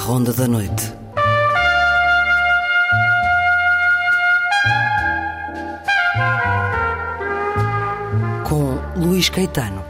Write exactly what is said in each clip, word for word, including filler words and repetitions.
Ronda da Noite. Com Luís Caetano.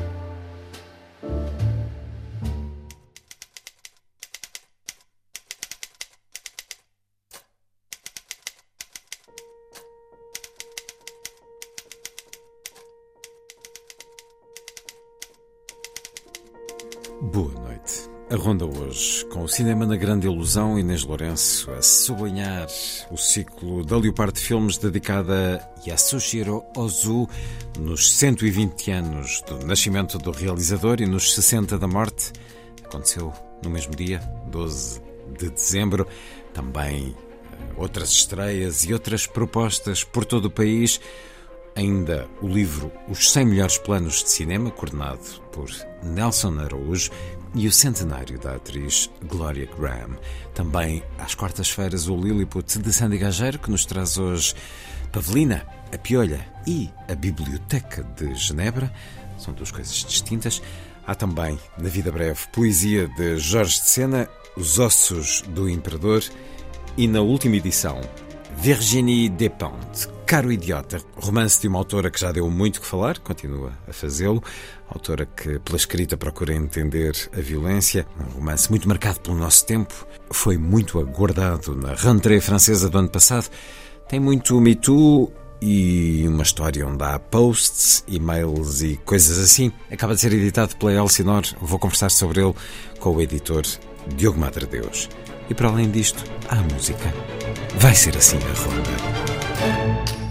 Boa noite. A ronda hoje, com o cinema na grande ilusão, Inês Lourenço a sublinhar o ciclo da Leopardo Filmes dedicada a Yasuhiro Ozu nos cento e vinte anos do nascimento do realizador e nos sessenta da morte. Aconteceu no mesmo dia, doze de dezembro. Também outras estreias e outras propostas por todo o país. Ainda o livro Os cem Melhores Planos de Cinema, coordenado por Nelson Araújo, e o centenário da atriz Gloria Graham. Também às quartas-feiras o Lilliput de Sandy Gageiro, que nos traz hoje Pavelina, a Piolha e a Biblioteca de Genebra. São duas coisas distintas. Há também, na vida breve, poesia de Jorge de Sena, Os Ossos do Imperador, e na última edição, Virginie Despentes, Caro Idiota, romance de uma autora que já deu muito que falar, continua a fazê-lo, autora que pela escrita procura entender a violência, um romance muito marcado pelo nosso tempo, foi muito aguardado na rentrée francesa do ano passado, tem muito Me Too e uma história onde há posts, e-mails e coisas assim. Acaba de ser editado pela Elsinor, vou conversar sobre ele com o editor Diogo Madre Deus. E para além disto, há a música. Vai ser assim a ronda.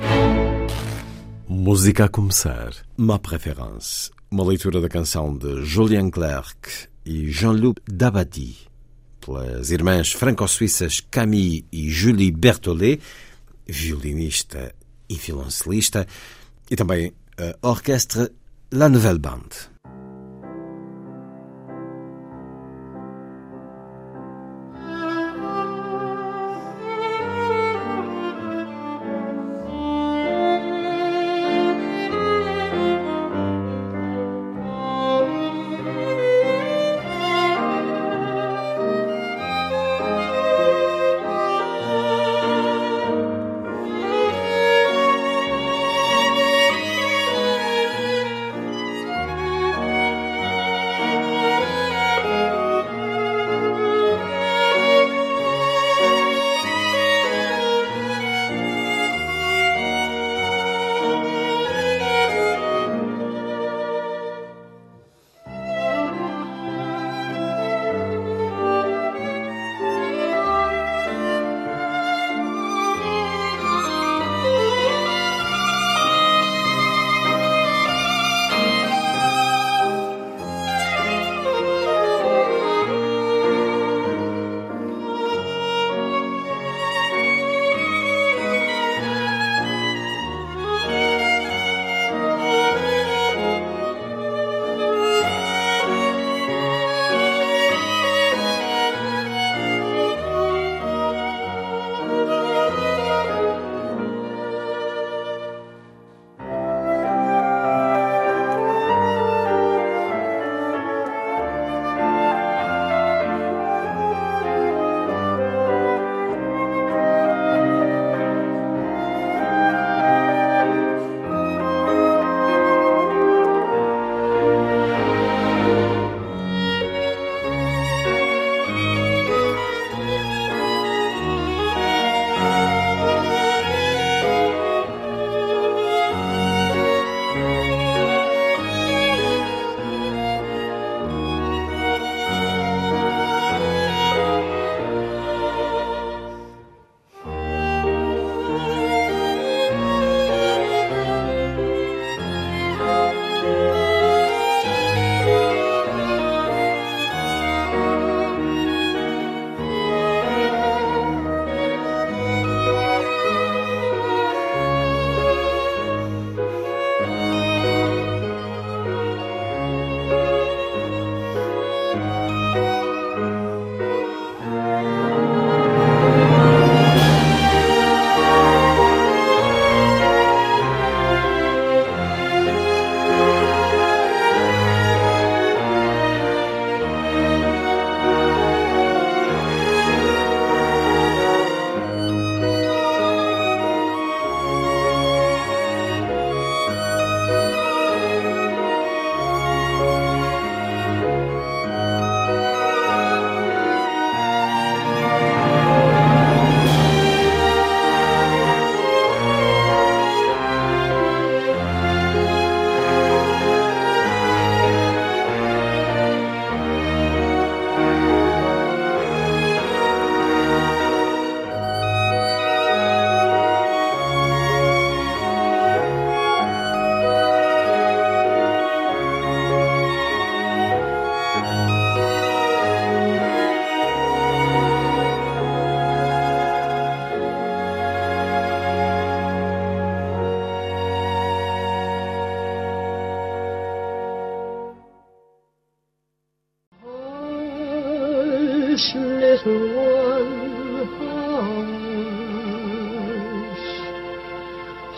Música a começar. Ma Préférence. Uma leitura da canção de Julien Clerc e Jean-Luc Dabadi, pelas irmãs franco-suíças Camille e Julie Berthollet, violinista e violoncelista, e também a orquestra La Nouvelle Bande.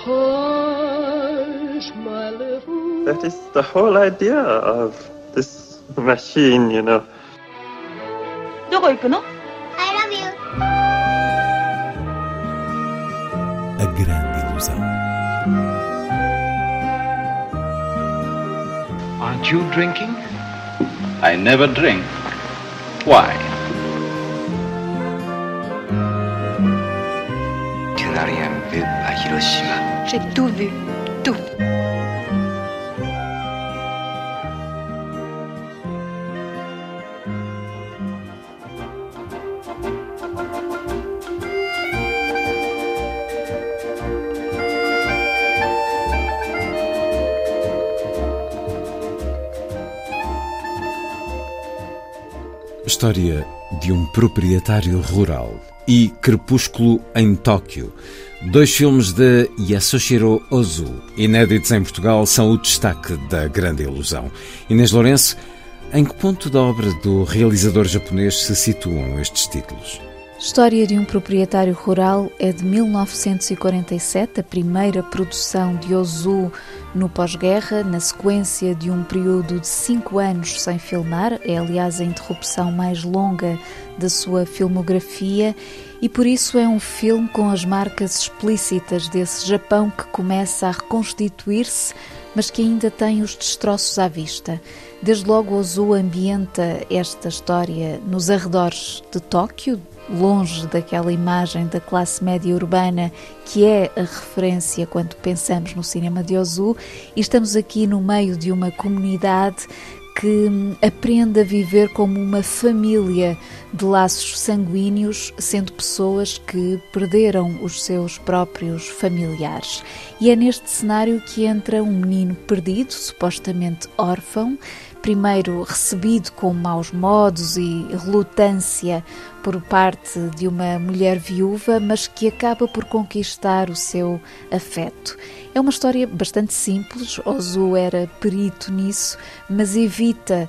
Hush, my little... That is the whole idea of this machine, you know. どこ行くの? I love you. A grande ilusão. Aren't you drinking? I never drink. Why? Tu n'as rien vu à Hiroshima. J'ai tout vu, tout. História de um proprietário rural e Crepúsculo em Tóquio. Dois filmes de Yasuhiro Ozu, inéditos em Portugal, são o destaque da Grande Ilusão. Inês Lourenço, em que ponto da obra do realizador japonês se situam estes títulos? História de um proprietário rural é de mil novecentos e quarenta e sete, a primeira produção de Ozu no pós-guerra, na sequência de um período de cinco anos sem filmar. É, aliás, a interrupção mais longa da sua filmografia e, por isso, é um filme com as marcas explícitas desse Japão que começa a reconstituir-se, mas que ainda tem os destroços à vista. Desde logo, Ozu ambienta esta história nos arredores de Tóquio, longe daquela imagem da classe média urbana que é a referência quando pensamos no cinema de Ozu, e estamos aqui no meio de uma comunidade que aprende a viver como uma família de laços sanguíneos, sendo pessoas que perderam os seus próprios familiares. E é neste cenário que entra um menino perdido, supostamente órfão, primeiro recebido com maus modos e relutância por parte de uma mulher viúva, mas que acaba por conquistar o seu afeto. É uma história bastante simples, Ozu era perito nisso, mas evita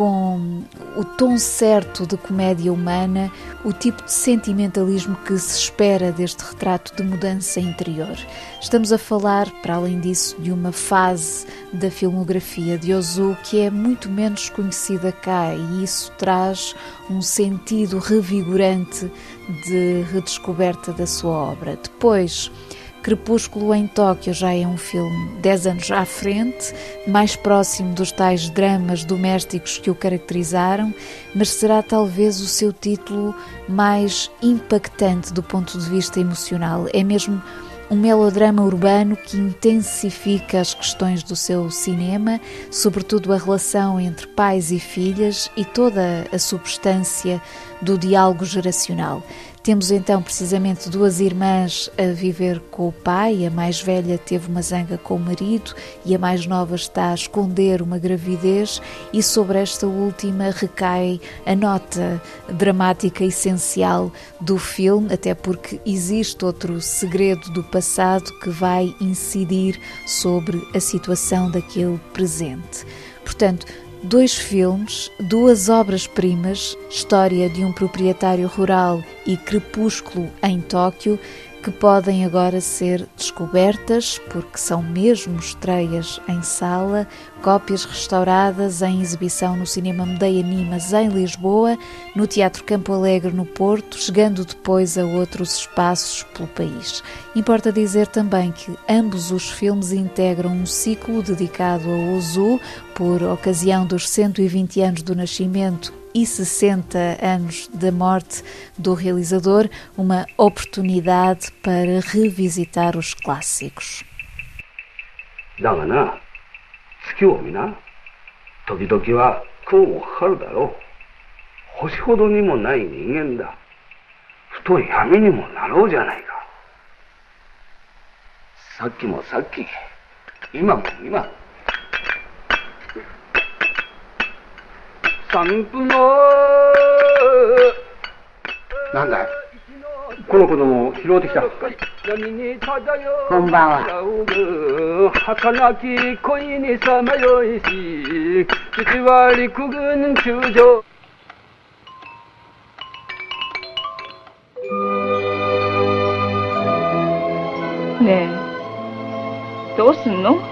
com o tom certo de comédia humana o tipo de sentimentalismo que se espera deste retrato de mudança interior. Estamos a falar, para além disso, de uma fase da filmografia de Ozu que é muito menos conhecida cá, e isso traz um sentido revigorante de redescoberta da sua obra. Depois, Crepúsculo em Tóquio já é um filme dez anos à frente, mais próximo dos tais dramas domésticos que o caracterizaram, mas será talvez o seu título mais impactante do ponto de vista emocional. É mesmo um melodrama urbano que intensifica as questões do seu cinema, sobretudo a relação entre pais e filhas e toda a substância do diálogo geracional. Temos então precisamente duas irmãs a viver com o pai, a mais velha teve uma zanga com o marido e a mais nova está a esconder uma gravidez, e sobre esta última recai a nota dramática essencial do filme, até porque existe outro segredo do passado que vai incidir sobre a situação daquele presente. Portanto, dois filmes, duas obras-primas, História de um proprietário rural e Crepúsculo em Tóquio, que podem agora ser descobertas, porque são mesmo estreias em sala, cópias restauradas em exibição no Cinema Medeia Nimas em Lisboa, no Teatro Campo Alegre no Porto, chegando depois a outros espaços pelo país. Importa dizer também que ambos os filmes integram um ciclo dedicado a Ozu, por ocasião dos cento e vinte anos do nascimento e sessenta anos da morte do realizador, uma oportunidade para revisitar os clássicos. だがな、月を見な、時々は雲もかかるだろう。星ほどにもない人間だ。ふと闇にもなろうじゃないか。さっきもさっき、今も今。散歩のなんだい、この子供拾うてきた。こんばんは。儚き恋にさまよいし、父は陸軍中将。 ねえ、 どうすんの?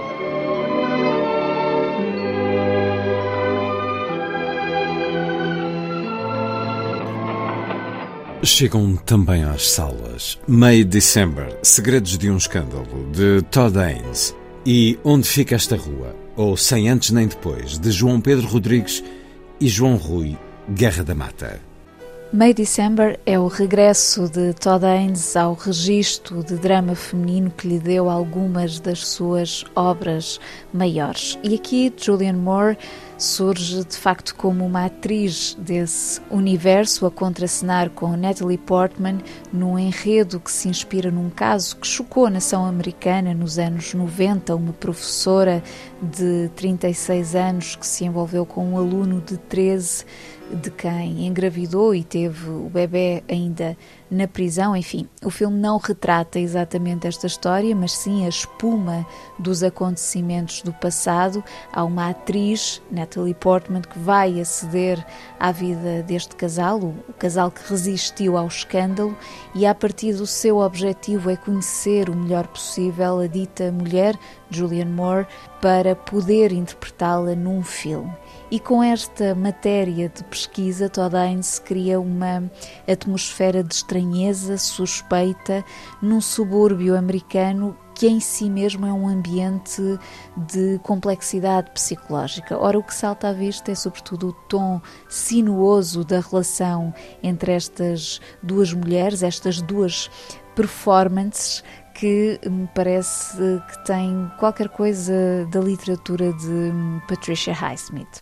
Chegam também às salas May December, Segredos de um Escândalo, de Todd Haynes, e Onde Fica Esta Rua, ou Sem Antes Nem Depois, de João Pedro Rodrigues e João Rui, Guerra da Mata. May December é o regresso de Todd Haynes ao registro de drama feminino que lhe deu algumas das suas obras maiores. E aqui Julianne Moore surge de facto como uma atriz desse universo, a contracenar com Natalie Portman num enredo que se inspira num caso que chocou a nação americana nos anos noventa, uma professora de trinta e seis anos que se envolveu com um aluno de treze, de quem engravidou e teve o bebê ainda na prisão. Enfim, o filme não retrata exatamente esta história, mas sim a espuma dos acontecimentos do passado. Há uma atriz, Natalie Portman, que vai aceder à vida deste casal, o casal que resistiu ao escândalo, e a partir do seu objetivo é conhecer o melhor possível a dita mulher, Julianne Moore, para poder interpretá-la num filme. E com esta matéria de pesquisa, Todd Haynes cria uma atmosfera de estranheza, suspeita, num subúrbio americano que em si mesmo é um ambiente de complexidade psicológica. Ora, o que salta à vista é sobretudo o tom sinuoso da relação entre estas duas mulheres, estas duas performances, que me parece que tem qualquer coisa da literatura de Patricia Highsmith.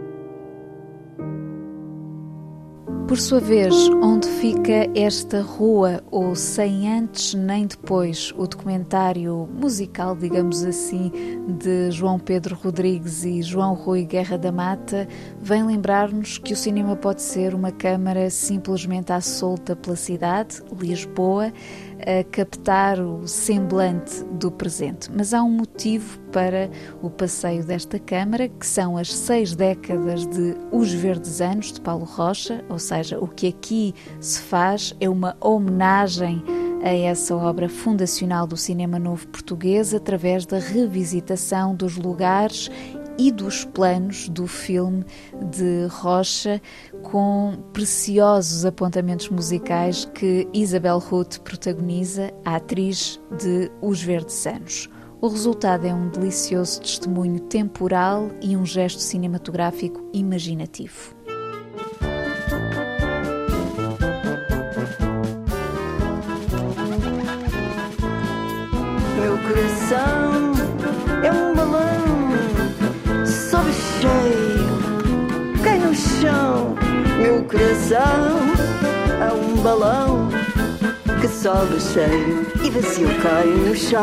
Por sua vez, Onde Fica Esta Rua, ou Sem Antes Nem Depois, o documentário musical, digamos assim, de João Pedro Rodrigues e João Rui Guerra da Mata, vem lembrar-nos que o cinema pode ser uma câmara simplesmente à solta pela cidade, Lisboa, a captar o semblante do presente. Mas há um motivo para o passeio desta câmara, que são as seis décadas de Os Verdes Anos, de Paulo Rocha, ou seja, o que aqui se faz é uma homenagem a essa obra fundacional do cinema novo português através da revisitação dos lugares e dos planos do filme de Rocha, com preciosos apontamentos musicais que Isabel Huth protagoniza, a atriz de Os Verdes Anos. O resultado é um delicioso testemunho temporal e um gesto cinematográfico imaginativo. Meu coração é um balão, sobe cheio, cai no chão. Meu coração é um balão que sobe cheio e vazio cai no chão.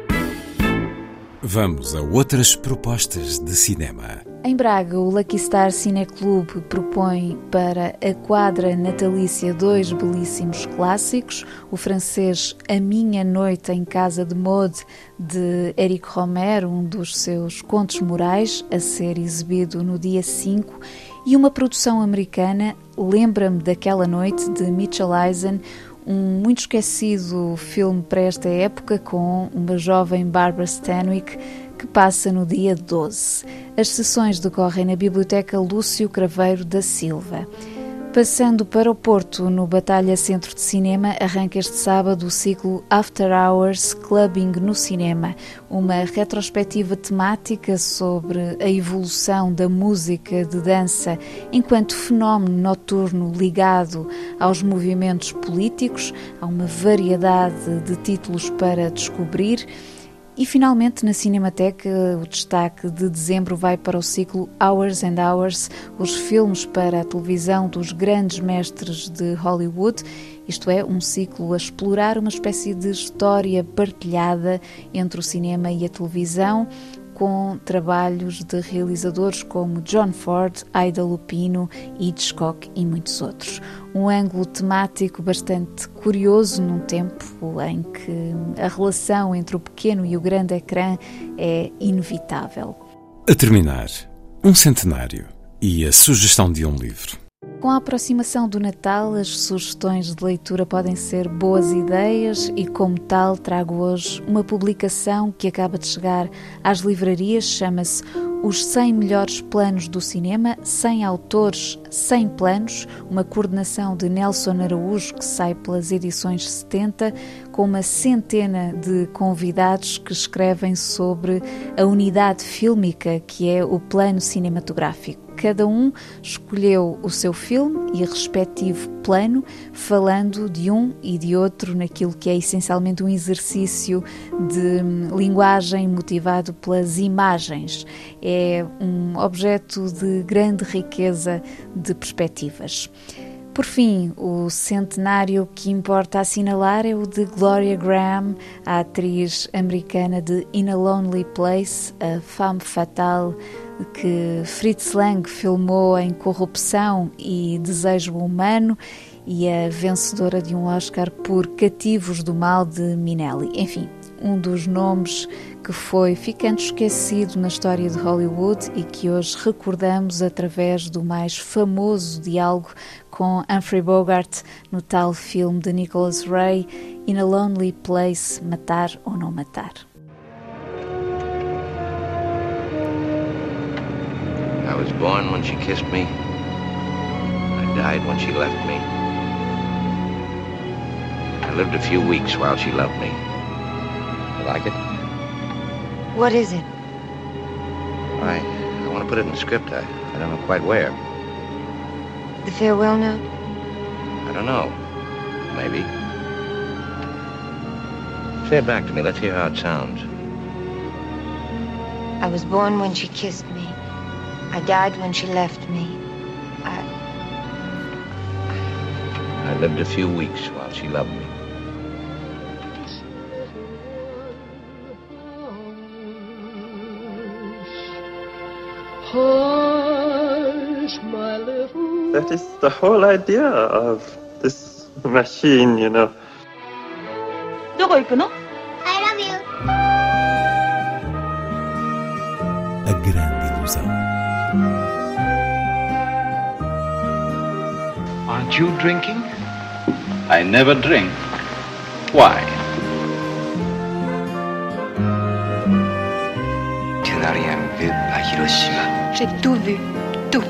Vamos a outras propostas de cinema. Em Braga, o Lucky Star Cine Club propõe para a quadra natalícia dois belíssimos clássicos: o francês A Minha Noite em Casa de Maud, de Éric Romer, um dos seus contos morais, a ser exibido no dia cinco, e uma produção americana, Lembra-me Daquela Noite, de Mitchell Eisen, um muito esquecido filme para esta época, com uma jovem Barbara Stanwyck, que passa no dia doze. As sessões decorrem na Biblioteca Lúcio Craveiro da Silva. Passando para o Porto, no Batalha Centro de Cinema, arranca este sábado o ciclo After Hours Clubbing no Cinema, uma retrospectiva temática sobre a evolução da música de dança enquanto fenómeno noturno ligado aos movimentos políticos. Há uma variedade de títulos para descobrir. E finalmente na Cinemateca o destaque de dezembro vai para o ciclo Hours and Hours, os filmes para a televisão dos grandes mestres de Hollywood, isto é, um ciclo a explorar uma espécie de história partilhada entre o cinema e a televisão, com trabalhos de realizadores como John Ford, Ida Lupino, Hitchcock e muitos outros. Um ângulo temático bastante curioso num tempo em que a relação entre o pequeno e o grande ecrã é inevitável. A terminar, um centenário e a sugestão de um livro. Com a aproximação do Natal, as sugestões de leitura podem ser boas ideias e, como tal, trago hoje uma publicação que acaba de chegar às livrarias, chama-se Os cem melhores planos do cinema, cem autores, cem planos, uma coordenação de Nelson Araújo que sai pelas edições setenta, com uma centena de convidados que escrevem sobre a unidade fílmica que é o plano cinematográfico. Cada um escolheu o seu filme e respectivo plano, falando de um e de outro naquilo que é essencialmente um exercício de linguagem motivado pelas imagens. É um objeto de grande riqueza de perspectivas. Por fim, o centenário que importa assinalar é o de Gloria Graham, a atriz americana de In a Lonely Place, a femme fatale que Fritz Lang filmou em Corrupção e Desejo Humano, e a vencedora de um Oscar por Cativos do Mal de Minelli. Enfim, um dos nomes que foi ficando esquecido na história de Hollywood e que hoje recordamos através do mais famoso diálogo com Humphrey Bogart no tal filme de Nicholas Ray, In a Lonely Place, Matar ou Não Matar. I was born when she kissed me. I died when she left me. I lived a few weeks while she loved me. You like it? What is it? I, I want to put it in the script. I, I don't know quite where. The farewell note? I don't know. Maybe. Say it back to me. Let's hear how it sounds. I was born when she kissed me. I died when she left me. I... I lived a few weeks while she loved me. Hush, my little... That is the whole idea of this machine, you know. どこ行くの? I love you. A grande ilusão. Aren't you drinking? I never drink. Why? Tu n'as rien vu à Hiroshima. J'ai tout vu. Tout.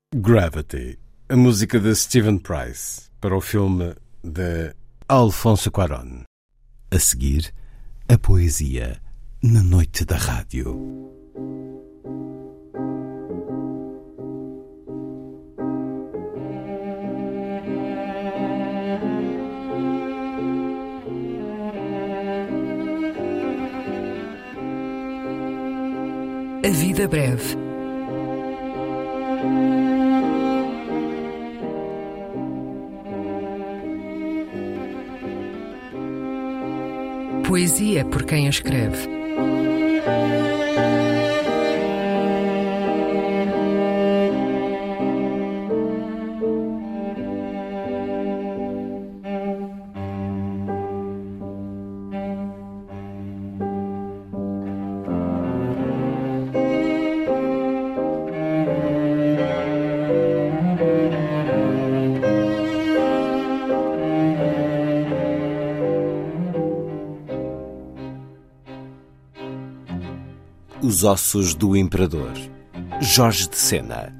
Gravity, a música de Steven Price para o filme de Alfonso Cuarón. A seguir, a poesia na noite da rádio. A vida breve. Poesia por quem a escreve. Os ossos do imperador, Jorge de Sena.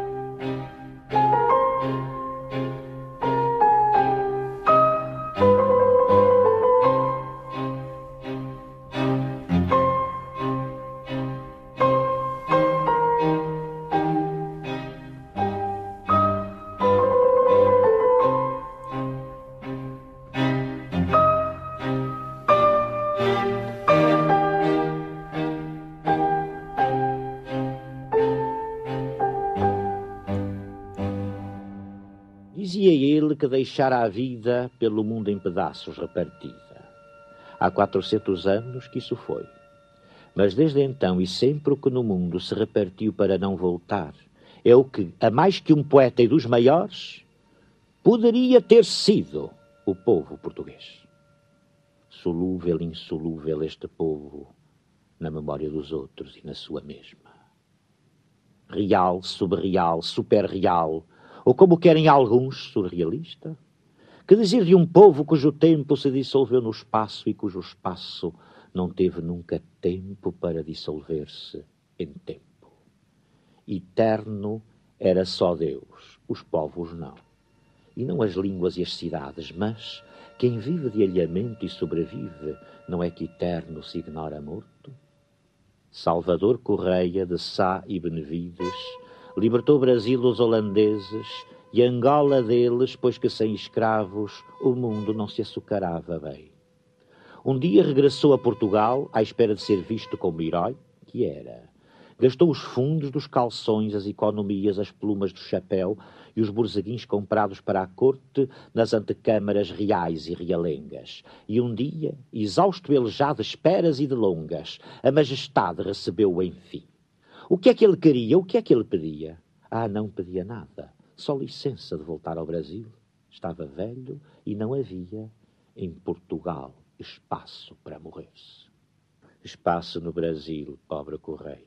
Dizia ele que deixara a vida pelo mundo em pedaços repartida. Há quatrocentos anos que isso foi. Mas desde então e sempre o que no mundo se repartiu para não voltar é o que, a mais que um poeta e dos maiores, poderia ter sido o povo português. Solúvel e insolúvel este povo na memória dos outros e na sua mesma. Real, subreal, superreal, ou como querem alguns, surrealista? Que dizer de um povo cujo tempo se dissolveu no espaço e cujo espaço não teve nunca tempo para dissolver-se em tempo? Eterno era só Deus, os povos não. E não as línguas e as cidades, mas quem vive de alheamento e sobrevive, não é que eterno se ignora morto? Salvador Correia, de Sá e Benevides, libertou o Brasil dos holandeses e Angola deles, pois que sem escravos o mundo não se açucarava bem. Um dia regressou a Portugal, à espera de ser visto como herói, que era. Gastou os fundos dos calções, as economias, as plumas do chapéu e os borzeguins comprados para a corte nas antecâmaras reais e realengas. E um dia, exausto ele já de esperas e de longas, a majestade recebeu-o enfim. O que é que ele queria? O que é que ele pedia? Ah, não pedia nada. Só licença de voltar ao Brasil. Estava velho e não havia, em Portugal, espaço para morrer-se. Espaço no Brasil, pobre Correia.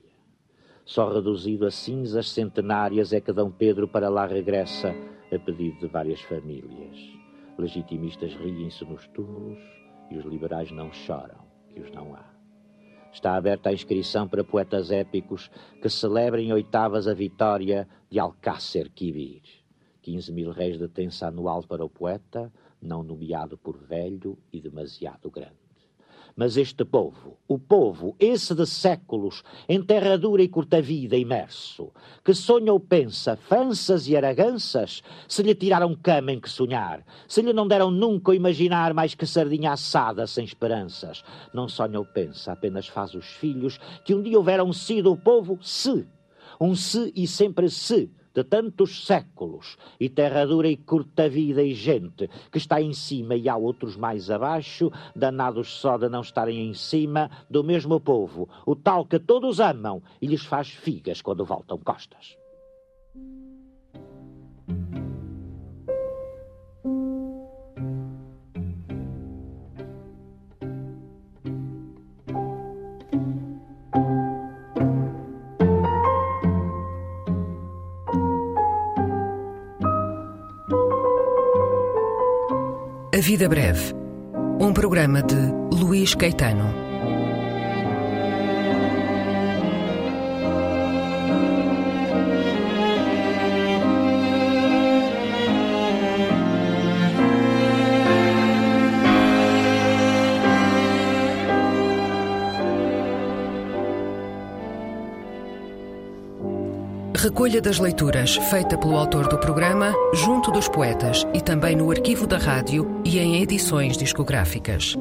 Só reduzido a cinzas centenárias é que Dom Pedro para lá regressa a pedido de várias famílias. Legitimistas riem-se nos túmulos e os liberais não choram, que os não há. Está aberta a inscrição para poetas épicos que celebrem oitavas a vitória de Alcácer Quibir. quinze mil réis de tença anual para o poeta, não nomeado por velho e demasiado grande. Mas este povo, o povo, esse de séculos, em terra dura e curta vida imerso, que sonha ou pensa fanças e araganças, se lhe tiraram cama em que sonhar, se lhe não deram nunca o imaginar mais que sardinha assada sem esperanças, não sonha ou pensa, apenas faz os filhos que um dia houveram sido o povo se, um se e sempre se, de tantos séculos, e terra dura e curta vida e gente, que está em cima e há outros mais abaixo, danados só de não estarem em cima, do mesmo povo, o tal que todos amam e lhes faz figas quando voltam costas. A Vida Breve, um programa de Luís Caetano. recolha das leituras feita pelo autor do programa, junto dos poetas e também no arquivo da rádio e em edições discográficas.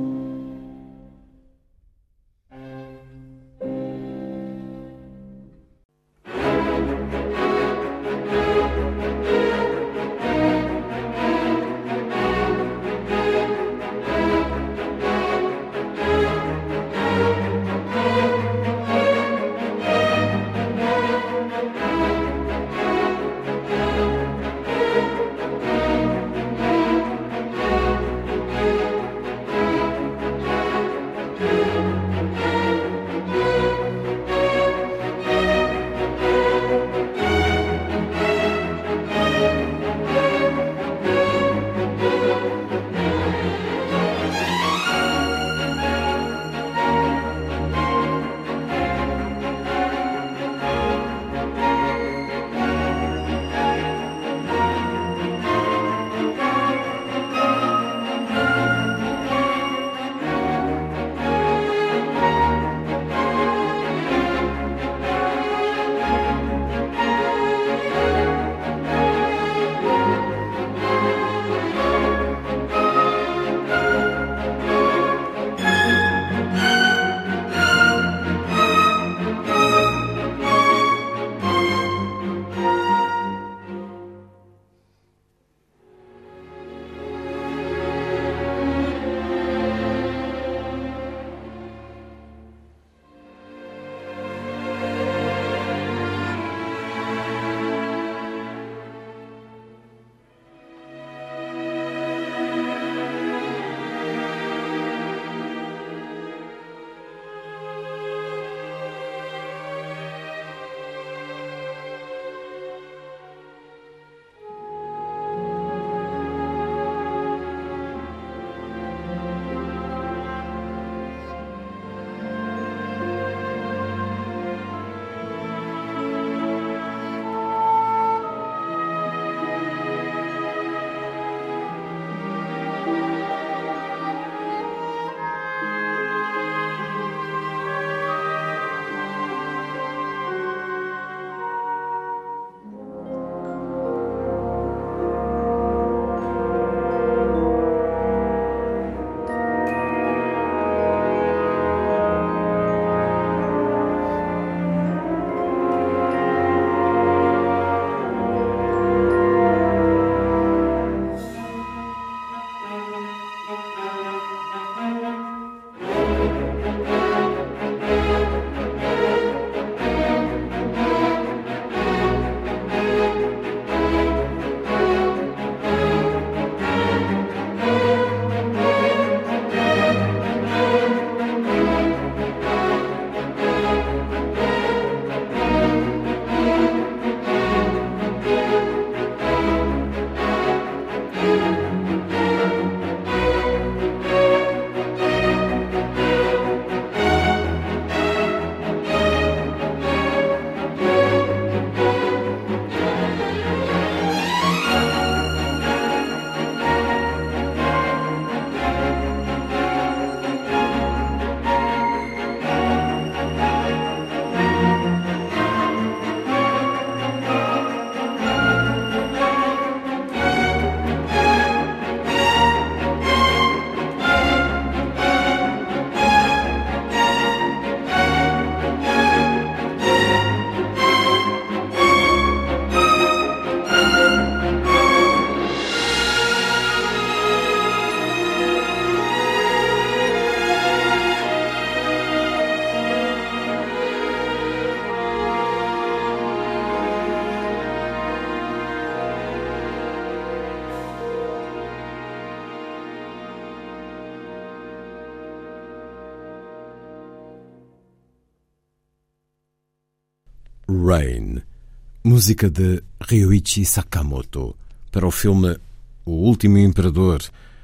Rain, música de Ryuichi Sakamoto, para o filme O Último Imperador,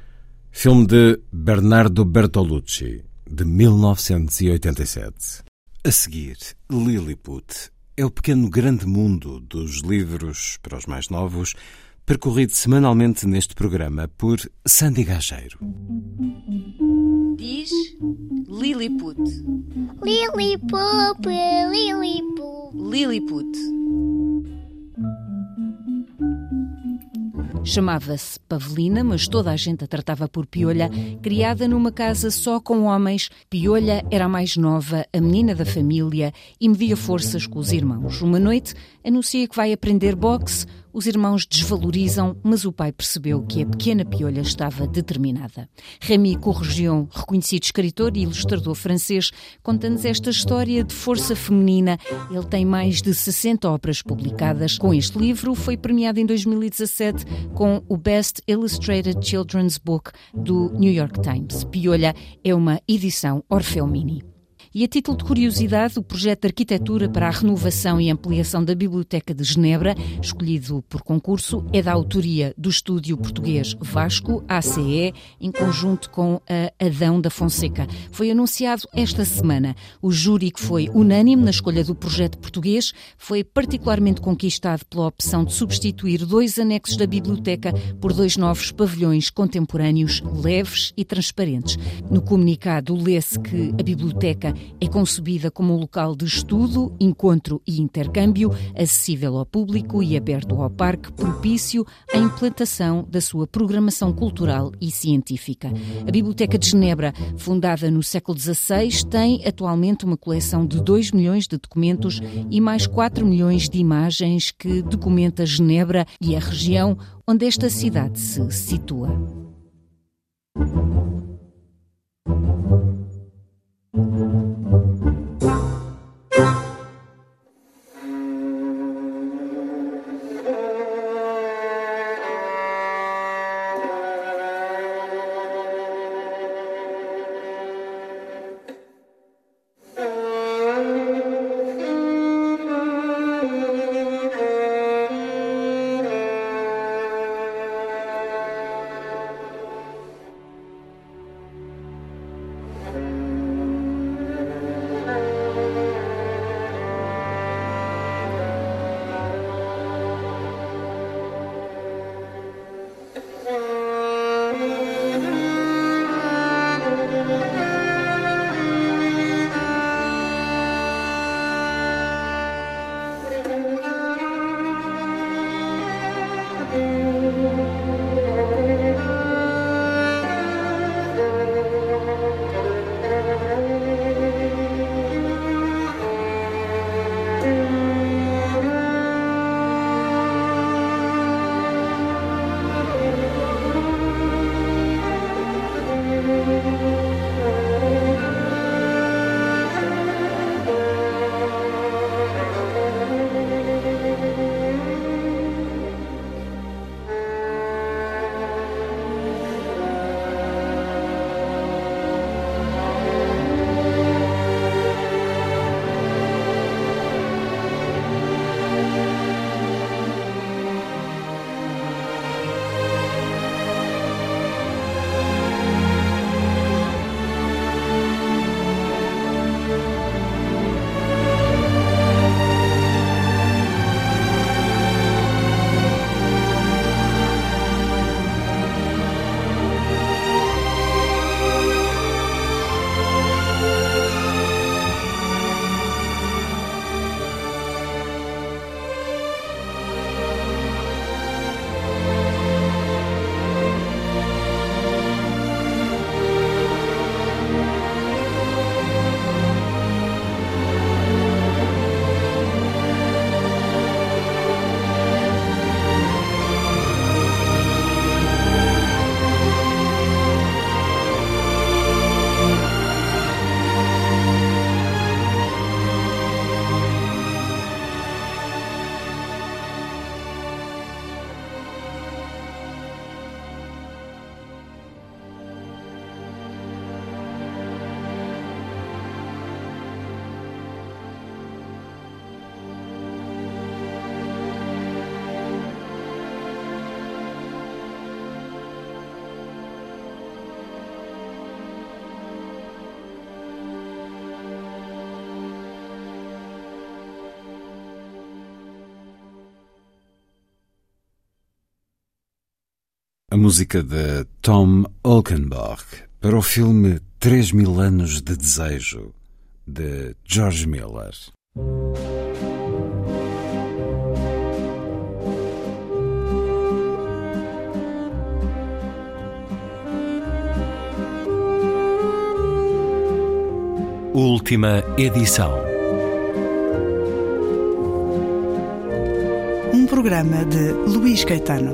filme de Bernardo Bertolucci, de mil novecentos e oitenta e sete. A seguir, Lilliput é o pequeno grande mundo dos livros para os mais novos, percorrido semanalmente neste programa por Sandy Gageiro. Diz Lilliput. Lilliput, Lilliput. Lilliput. Chamava-se Pavelina, mas toda a gente a tratava por Piolha. Criada numa casa só com homens, Piolha era a mais nova, a menina da família e media forças com os irmãos. Uma noite, anuncia que vai aprender boxe. Os irmãos desvalorizam, mas o pai percebeu que a pequena Piolha estava determinada. Rémy Courregion, reconhecido escritor e ilustrador francês, conta-nos esta história de força feminina. Ele tem mais de sessenta obras publicadas. Com este livro, foi premiado em dois mil e dezassete com o Best Illustrated Children's Book do New York Times. Piolha é uma edição Orfeu Mini. E a título de curiosidade, o projeto de arquitetura para a renovação e ampliação da Biblioteca de Genebra, escolhido por concurso, é da autoria do estúdio português Vasco, A C E, em conjunto com a Adão da Fonseca. Foi anunciado esta semana. O júri, que foi unânime na escolha do projeto português, foi particularmente conquistado pela opção de substituir dois anexos da biblioteca por dois novos pavilhões contemporâneos, leves e transparentes. No comunicado lê-se que a biblioteca é concebida como um local de estudo, encontro e intercâmbio, acessível ao público e aberto ao parque, propício à implantação da sua programação cultural e científica. A Biblioteca de Genebra, fundada no século dezasseis, tem atualmente uma coleção de dois milhões de documentos e mais quatro milhões de imagens que documenta Genebra e a região onde esta cidade se situa. A música de Tom Olkenbach para o filme Três Mil Anos de Desejo, de George Miller. Última edição. Um programa de Luís Caetano.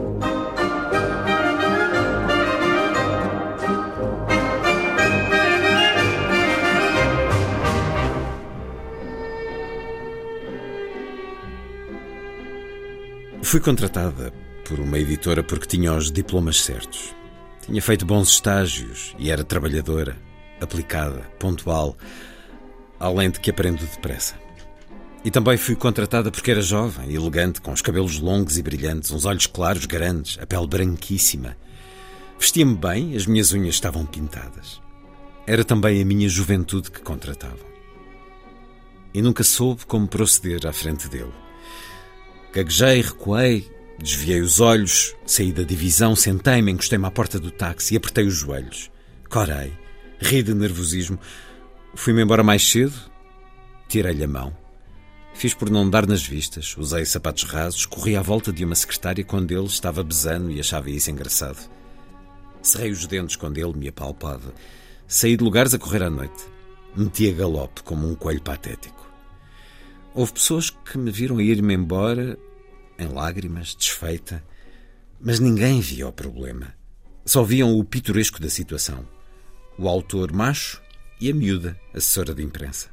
Fui contratada por uma editora porque tinha os diplomas certos. Tinha feito bons estágios e era trabalhadora, aplicada, pontual, além de que aprendo depressa. E também fui contratada porque era jovem, elegante, com os cabelos longos e brilhantes, uns olhos claros grandes, a pele branquíssima. Vestia-me bem, as minhas unhas estavam pintadas. Era também a minha juventude que contratavam. E nunca soube como proceder à frente dele. Gaguejei, recuei, desviei os olhos, saí da divisão, sentei-me, encostei-me à porta do táxi e apertei os joelhos. Corei, ri de nervosismo. Fui-me embora mais cedo, tirei-lhe a mão. Fiz por não dar nas vistas, usei sapatos rasos, corri à volta de uma secretária quando ele estava besando e achava isso engraçado. Cerrei os dentes quando ele me apalpava. Saí de lugares a correr à noite. Meti a galope como um coelho patético. Houve pessoas que me viram ir-me embora, em lágrimas, desfeita, mas ninguém via o problema. Só viam o pitoresco da situação. O autor macho e a miúda, assessora de imprensa.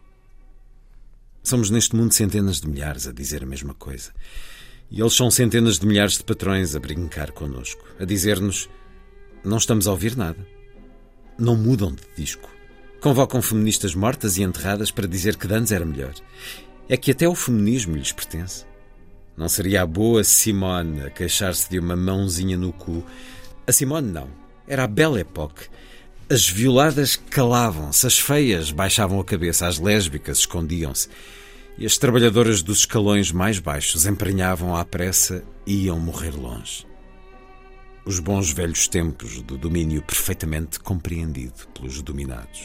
Somos neste mundo centenas de milhares a dizer a mesma coisa. E eles são centenas de milhares de patrões a brincar connosco, a dizer-nos: não estamos a ouvir nada. Não mudam de disco. Convocam feministas mortas e enterradas para dizer que de antes era melhor. É que até o feminismo lhes pertence. Não seria a boa Simone a queixar-se de uma mãozinha no cu? A Simone não. Era a Belle Époque. As violadas calavam-se, as feias baixavam a cabeça, as lésbicas escondiam-se. E as trabalhadoras dos escalões mais baixos emprenhavam à pressa e iam morrer longe. Os bons velhos tempos do domínio perfeitamente compreendido pelos dominados.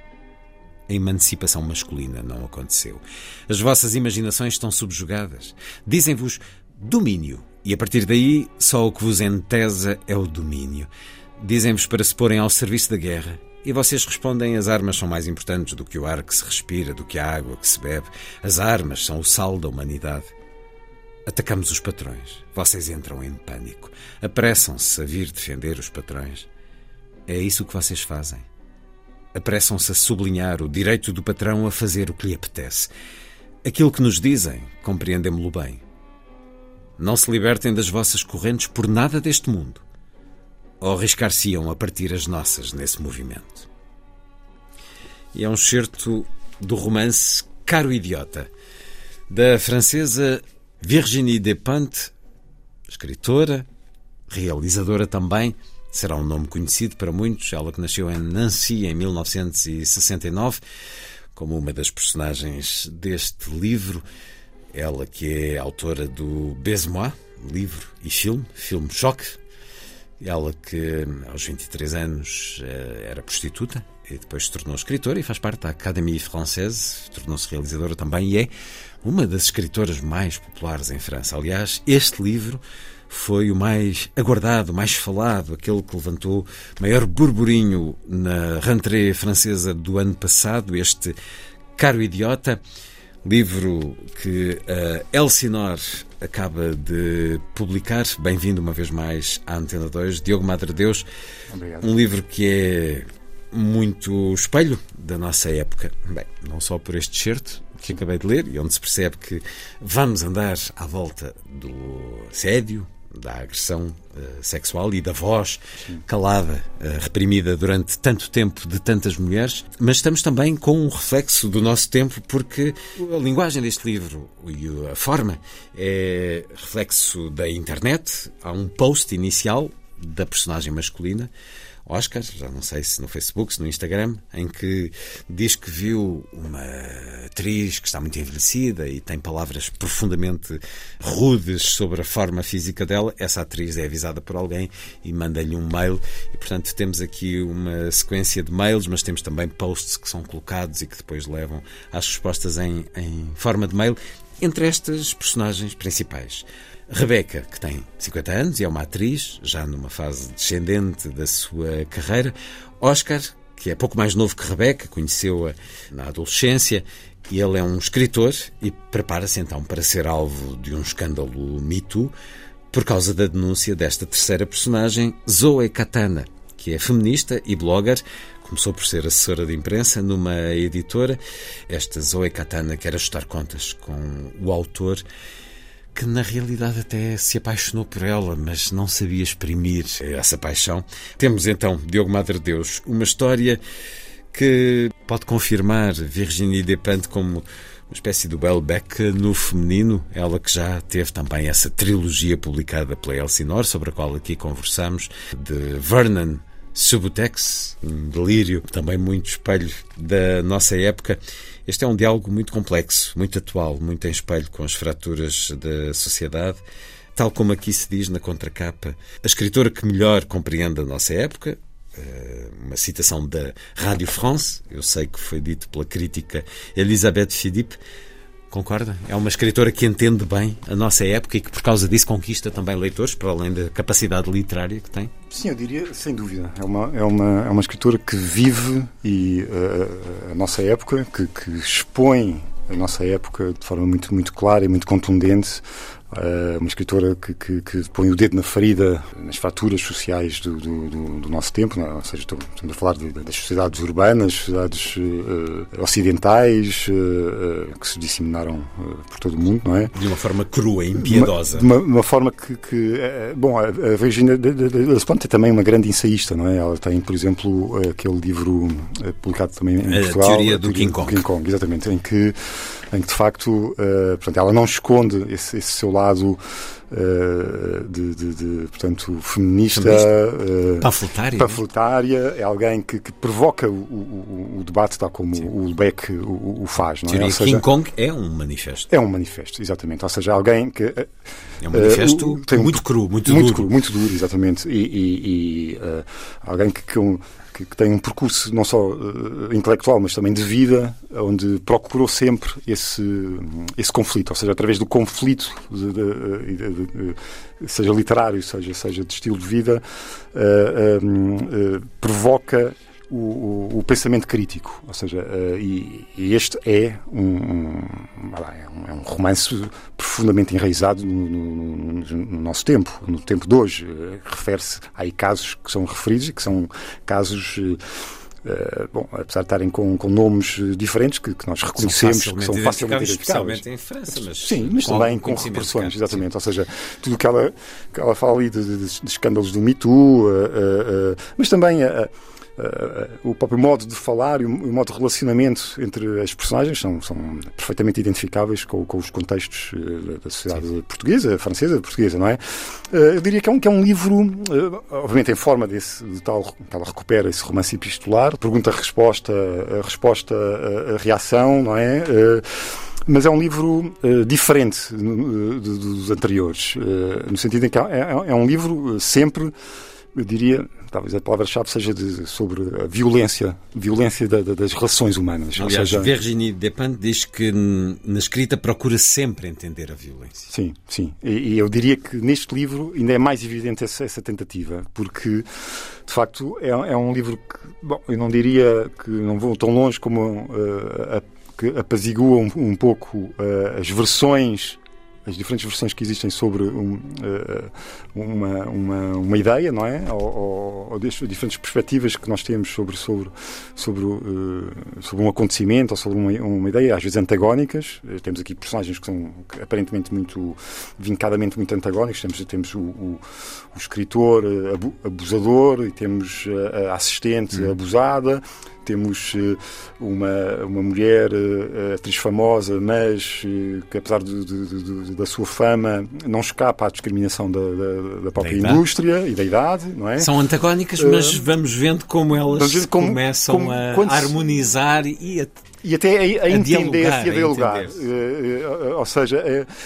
A emancipação masculina não aconteceu. As vossas imaginações estão subjugadas. Dizem-vos domínio, e a partir daí só o que vos entesa é o domínio. Dizem-vos para se porem ao serviço da guerra, e vocês respondem: as armas são mais importantes do que o ar que se respira, do que a água que se bebe. As armas são o sal da humanidade. Atacamos os patrões. Vocês entram em pânico. Apressam-se a vir defender os patrões. É isso que vocês fazem. Apressam-se a sublinhar o direito do patrão a fazer o que lhe apetece. Aquilo que nos dizem, compreendemo-lo bem. Não se libertem das vossas correntes por nada deste mundo. Ou arriscar-se-iam a partir as nossas nesse movimento. E é um excerto do romance Caro Idiota, da francesa Virginie Despentes, escritora, realizadora também. Será um nome conhecido para muitos, ela que nasceu em Nancy em mil novecentos e sessenta e nove, como uma das personagens deste livro. Ela que é autora do Baise-moi, livro e filme, filme Choque. Ela que aos vinte e três anos era prostituta e depois se tornou escritora e faz parte da Académie Française, tornou-se realizadora também e é uma das escritoras mais populares em França. Aliás, este livro foi o mais aguardado, o mais falado, aquele que levantou maior burburinho na rentrée francesa do ano passado, este Caro Idiota, livro que a Elsinor acaba de publicar. Bem-vindo uma vez mais à Antena dois, Diogo Madre Deus. Obrigado. Um livro que é muito espelho da nossa época. Bem, não só por este excerto que acabei de ler, e onde se percebe que vamos andar à volta do assédio, da agressão uh, sexual e da voz Sim. calada, uh, reprimida durante tanto tempo de tantas mulheres, mas estamos também com um reflexo do nosso tempo, porque a linguagem deste livro e a forma é reflexo da internet. Há um post inicial da personagem masculina, Oscar, já não sei se no Facebook, se no Instagram, em que diz que viu uma atriz que está muito envelhecida e tem palavras profundamente rudes sobre a forma física dela. Essa atriz é avisada por alguém e manda-lhe um mail e, portanto, temos aqui uma sequência de mails, mas temos também posts que são colocados e que depois levam às respostas em, em forma de mail entre estas personagens principais. Rebeca, que tem cinquenta anos e é uma atriz, já numa fase descendente da sua carreira. Oscar, que é pouco mais novo que Rebecca, conheceu-a na adolescência. Ele é um escritor e prepara-se então para ser alvo de um escândalo Me Too por causa da denúncia desta terceira personagem, Zoe Catana, que é feminista e blogger. Começou por ser assessora de imprensa numa editora. Esta Zoe Catana quer ajustar contas com o autor, que na realidade até se apaixonou por ela, mas não sabia exprimir essa paixão. Temos então, Diogo Madre Deus, uma história que pode confirmar Virginie Despentes como uma espécie do Welbeck no feminino, ela que já teve também essa trilogia publicada pela Elsinore, sobre a qual aqui conversamos, de Vernon Subutex, um delírio também muito espelho da nossa época. Este é um diálogo muito complexo, muito atual, muito em espelho com as fraturas da sociedade. Tal como aqui se diz na contracapa, a escritora que melhor compreende a nossa época, uma citação da Rádio France, eu sei que foi dito pela crítica Elisabeth Philippe. Concorda? É uma escritora que entende bem a nossa época e que por causa disso conquista também leitores, para além da capacidade literária que tem? Sim, eu diria, sem dúvida. É uma, é uma, é uma escritora que vive e, uh, a nossa época, que, que expõe a nossa época de forma muito, muito clara e muito contundente. Uh, uma escritora que, que, que põe o dedo na ferida, nas fraturas sociais do, do, do, do nosso tempo, não? Ou seja, estamos a falar de, das sociedades urbanas, sociedades uh, ocidentais, uh, uh, que se disseminaram uh, por todo o mundo, não é? De uma forma crua e impiedosa. De uma, de uma forma que... que uh, bom, a, a Virginia Despentes é também uma grande ensaísta, não é? Ela tem, por exemplo, aquele livro uh, publicado também em a Portugal. Teoria do King Kong. King Kong, exatamente, em que, em que de facto, uh, portanto, ela não esconde esse, esse seu lado lado uh, de, de, de, portanto, feminista, uh, panfletária, panfletária, é alguém que, que provoca o, o, o debate, tal como Sim. o Beck o, o faz. Não é? Teoria Ou seja, King Kong é um manifesto. É um manifesto, exatamente. Ou seja, alguém que... Uh, é um manifesto uh, tem muito um, cru, muito, muito duro. Cru, muito duro, exatamente. E, e, e uh, alguém que... que um, Que, que tem um percurso não só uh, intelectual, mas também de vida, onde procurou sempre esse, esse conflito, ou seja, através do conflito, de, de, de, de, de, seja literário, seja, seja de estilo de vida, uh, um, uh, provoca o, o, o pensamento crítico. Ou seja, uh, e, e este é um, um, é um romance profundamente enraizado no, no, no nosso tempo, no tempo de hoje. Uh, refere-se a casos que são referidos e que são casos... Uh, Uh, bom, apesar de estarem com, com nomes diferentes que, que nós reconhecemos, são que são facilmente identificáveis. Especialmente em França, mas sim, mas com também com repressões, exatamente. Ou seja, tudo o que ela, que ela fala ali de, de, de escândalos do Me Too, uh, uh, uh, mas também uh, uh, o próprio modo de falar e o, o modo de relacionamento entre as personagens são, são perfeitamente identificáveis com, com os contextos uh, da sociedade sim. portuguesa, francesa, portuguesa, não é? Uh, eu diria que é um, que é um livro, uh, obviamente em forma desse, de tal, que ela recupera esse romance epistolar, pergunta-resposta, a resposta, a, a reação, não é? Uh, mas é um livro uh, diferente uh, dos anteriores, uh, no sentido em que é, é, é um livro uh, sempre, eu diria, talvez a palavra-chave seja de, sobre a violência, violência da, da, das relações humanas. Aliás, ou seja, Virginie Despentes diz que na escrita procura sempre entender a violência. Sim, sim. E, e eu diria que neste livro ainda é mais evidente essa, essa tentativa, porque, de facto, é, é um livro que, bom, eu não diria que não vou tão longe como uh, a, que apazigua um, um pouco uh, as versões, as diferentes versões que existem sobre um, uh, uma, uma, uma ideia, não é? Ou, ou, ou das diferentes perspectivas que nós temos sobre, sobre, sobre, uh, sobre um acontecimento ou sobre uma, uma ideia, às vezes antagónicas. Uh, temos aqui personagens que são aparentemente muito, vincadamente muito antagónicos. Temos, temos o, o, o escritor uh, abu, abusador e temos uh, a assistente hum. abusada. Temos uh, uma, uma mulher, uh, atriz famosa, mas uh, que apesar de, de, de, da sua fama não escapa à discriminação da, da, da própria da indústria e da idade, não é? São antagónicas, uh, mas vamos vendo como elas como, começam como, a quando, harmonizar e a, e até a, a, a entender-se e a dialogar. A entender uh, uh, ou seja... Uh,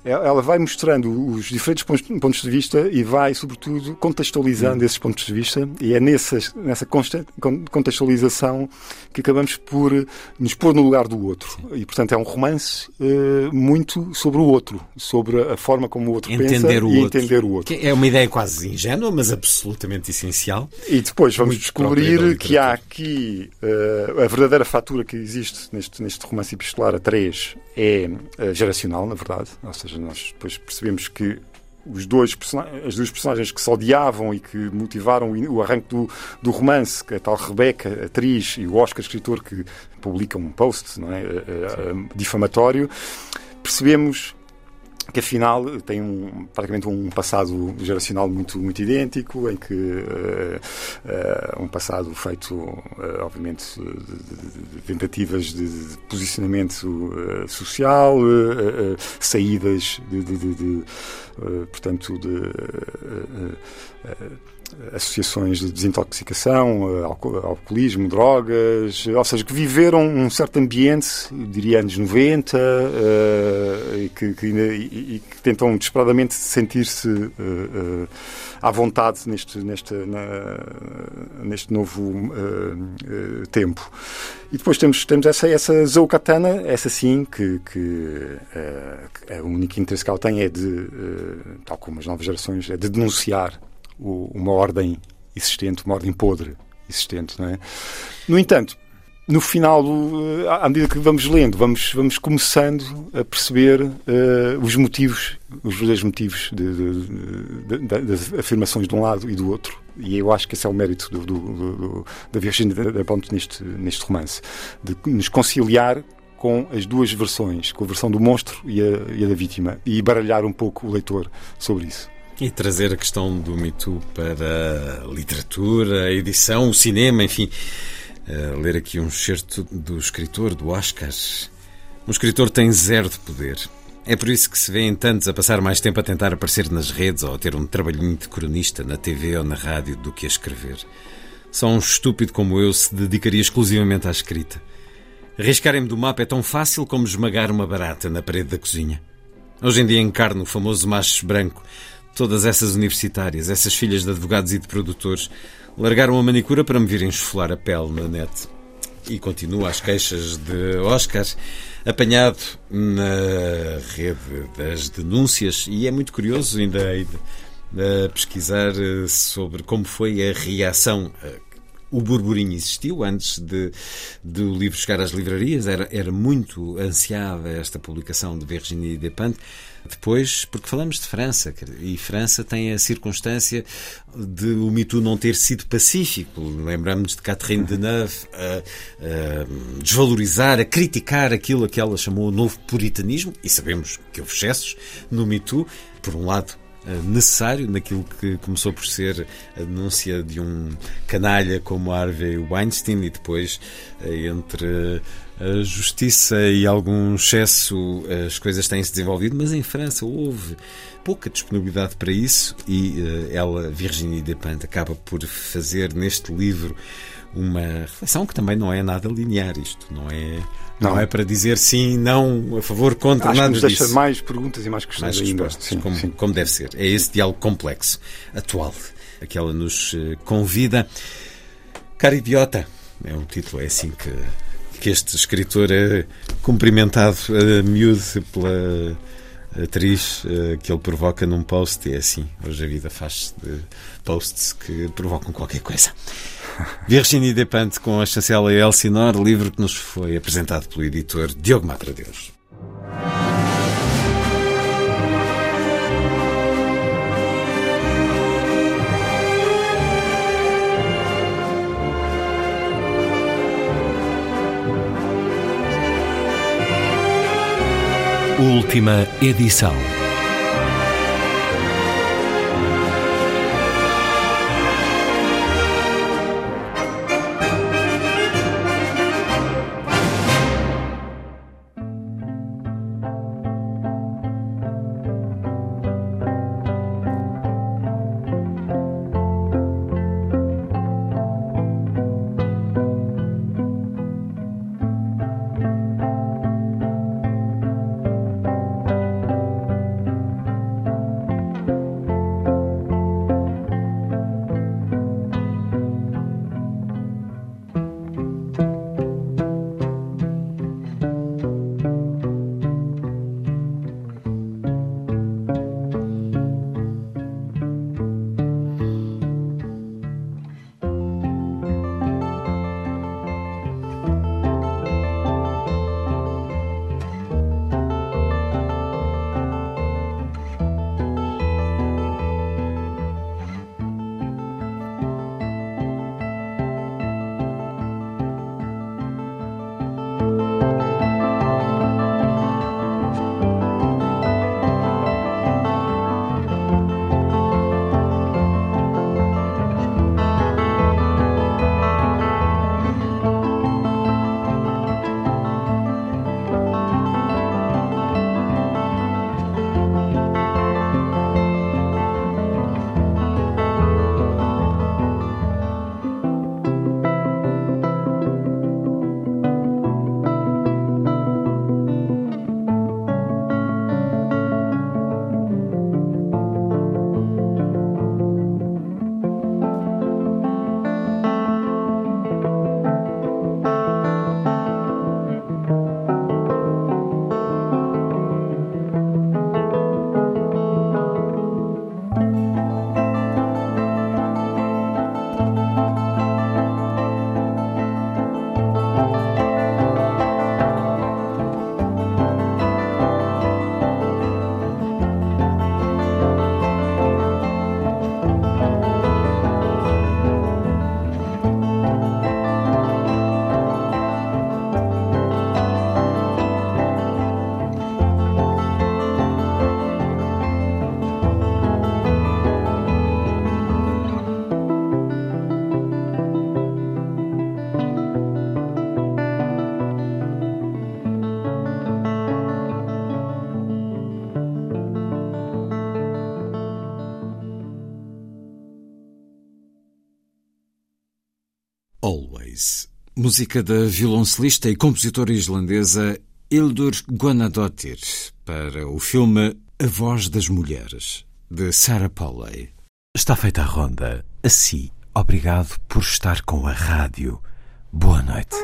ela vai mostrando os diferentes pontos de vista e vai, sobretudo, contextualizando hum. esses pontos de vista, e é nessa, nessa contextualização que acabamos por nos pôr no lugar do outro. Sim. E, portanto, é um romance uh, muito sobre o outro, sobre a forma como o outro entender pensa o e outro. entender o outro. Que é uma ideia quase ingênua, mas absolutamente essencial. E depois vamos descobrir que há aqui uh, a verdadeira fatura que existe neste, neste romance epistolar a três é uh, geracional, na verdade. Ou seja, nós depois percebemos que os dois as duas personagens que se odiavam e que motivaram o arranque do, do romance, que é a tal Rebeca, atriz, e o Oscar, escritor, que publica um post, não é, uh, uh, difamatório, percebemos que afinal tem um, praticamente um passado geracional muito, muito idêntico, em que uh, uh, um passado feito, uh, obviamente, de, de, de tentativas de, de posicionamento uh, social, uh, uh, saídas de, de, de, de uh, portanto, de uh, uh, associações de desintoxicação, alcoolismo, drogas, ou seja, que viveram um certo ambiente, eu diria anos noventa, uh, e, que, que, e, e que tentam desesperadamente sentir-se uh, uh, à vontade neste, neste, na, neste novo uh, uh, tempo. E depois temos, temos essa, essa Zoe Katana, essa sim, que, que, uh, que o único interesse que ela tem é de, uh, tal como as novas gerações, é de denunciar uma ordem existente, uma ordem podre existente, não é? No entanto, no final, à medida que vamos lendo, vamos, vamos começando a perceber uh, os motivos, os verdadeiros motivos de, de, de, de, das afirmações de um lado e do outro. E eu acho que esse é o mérito do, do, do, da Virginia Despentes neste, neste romance, de nos conciliar com as duas versões, com a versão do monstro e a, e a da vítima, e baralhar um pouco o leitor sobre isso. E trazer a questão do Me Too para a literatura, a edição, o cinema, enfim. Uh, ler aqui um excerto do escritor, do Oscar. Um escritor tem zero de poder. É por isso que se vêem tantos a passar mais tempo a tentar aparecer nas redes ou a ter um trabalhinho de cronista na T V ou na rádio do que a escrever. Só um estúpido como eu se dedicaria exclusivamente à escrita. Arriscarem-me do mapa é tão fácil como esmagar uma barata na parede da cozinha. Hoje em dia encarno o famoso macho branco. Todas essas universitárias, essas filhas de advogados e de produtores, largaram a manicura para me virem esfolar a pele na net. E continua as queixas de Oscar, apanhado na rede das denúncias, e é muito curioso ainda a pesquisar sobre como foi a reação. O burburinho existiu antes de, de o livro chegar às livrarias, era, era muito ansiada esta publicação de Virginie Despentes. Depois, porque falamos de França, e França tem a circunstância de o Me Too não ter sido pacífico. Lembramos de Catherine Deneuve a, a desvalorizar, a criticar aquilo que ela chamou o novo puritanismo, e sabemos que houve excessos no Me Too. Por um lado, necessário naquilo que começou por ser a denúncia de um canalha como Harvey Weinstein, e depois, entre a justiça e algum excesso, as coisas têm-se desenvolvido, mas em França houve pouca disponibilidade para isso, e ela, Virginie Despentes, acaba por fazer neste livro uma reflexão que também não é nada linear. Isto não é Não. não é para dizer sim, não, a favor, contra, Acho nada que nos disso. Deixa mais perguntas e mais questões mais ainda. Respostas, sim, como, sim. como deve ser. É esse diálogo complexo, atual, a que ela nos convida. Cara idiota, é um título, é assim que, que este escritor é cumprimentado a miúdo pela atriz que ele provoca num post, e é assim, hoje a vida faz de posts que provocam qualquer coisa. Virginie Despentes com a chancela Elsinore, livro que nos foi apresentado pelo editor Diogo Matradeus. Última edição. Always, música da violoncelista e compositora islandesa Hildur Guðnadóttir para o filme A Voz das Mulheres, de Sarah Polley. Está feita a ronda. Assim, obrigado por estar com a rádio. Boa noite.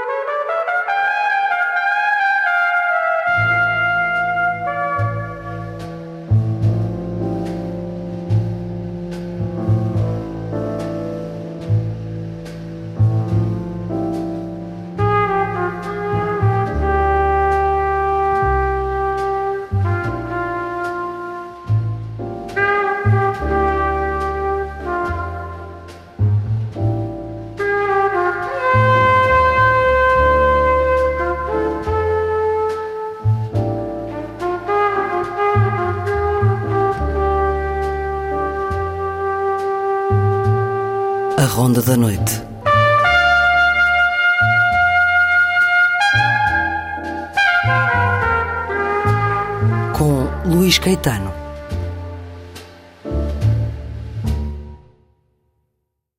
A Ronda da Noite. Com Luís Caetano.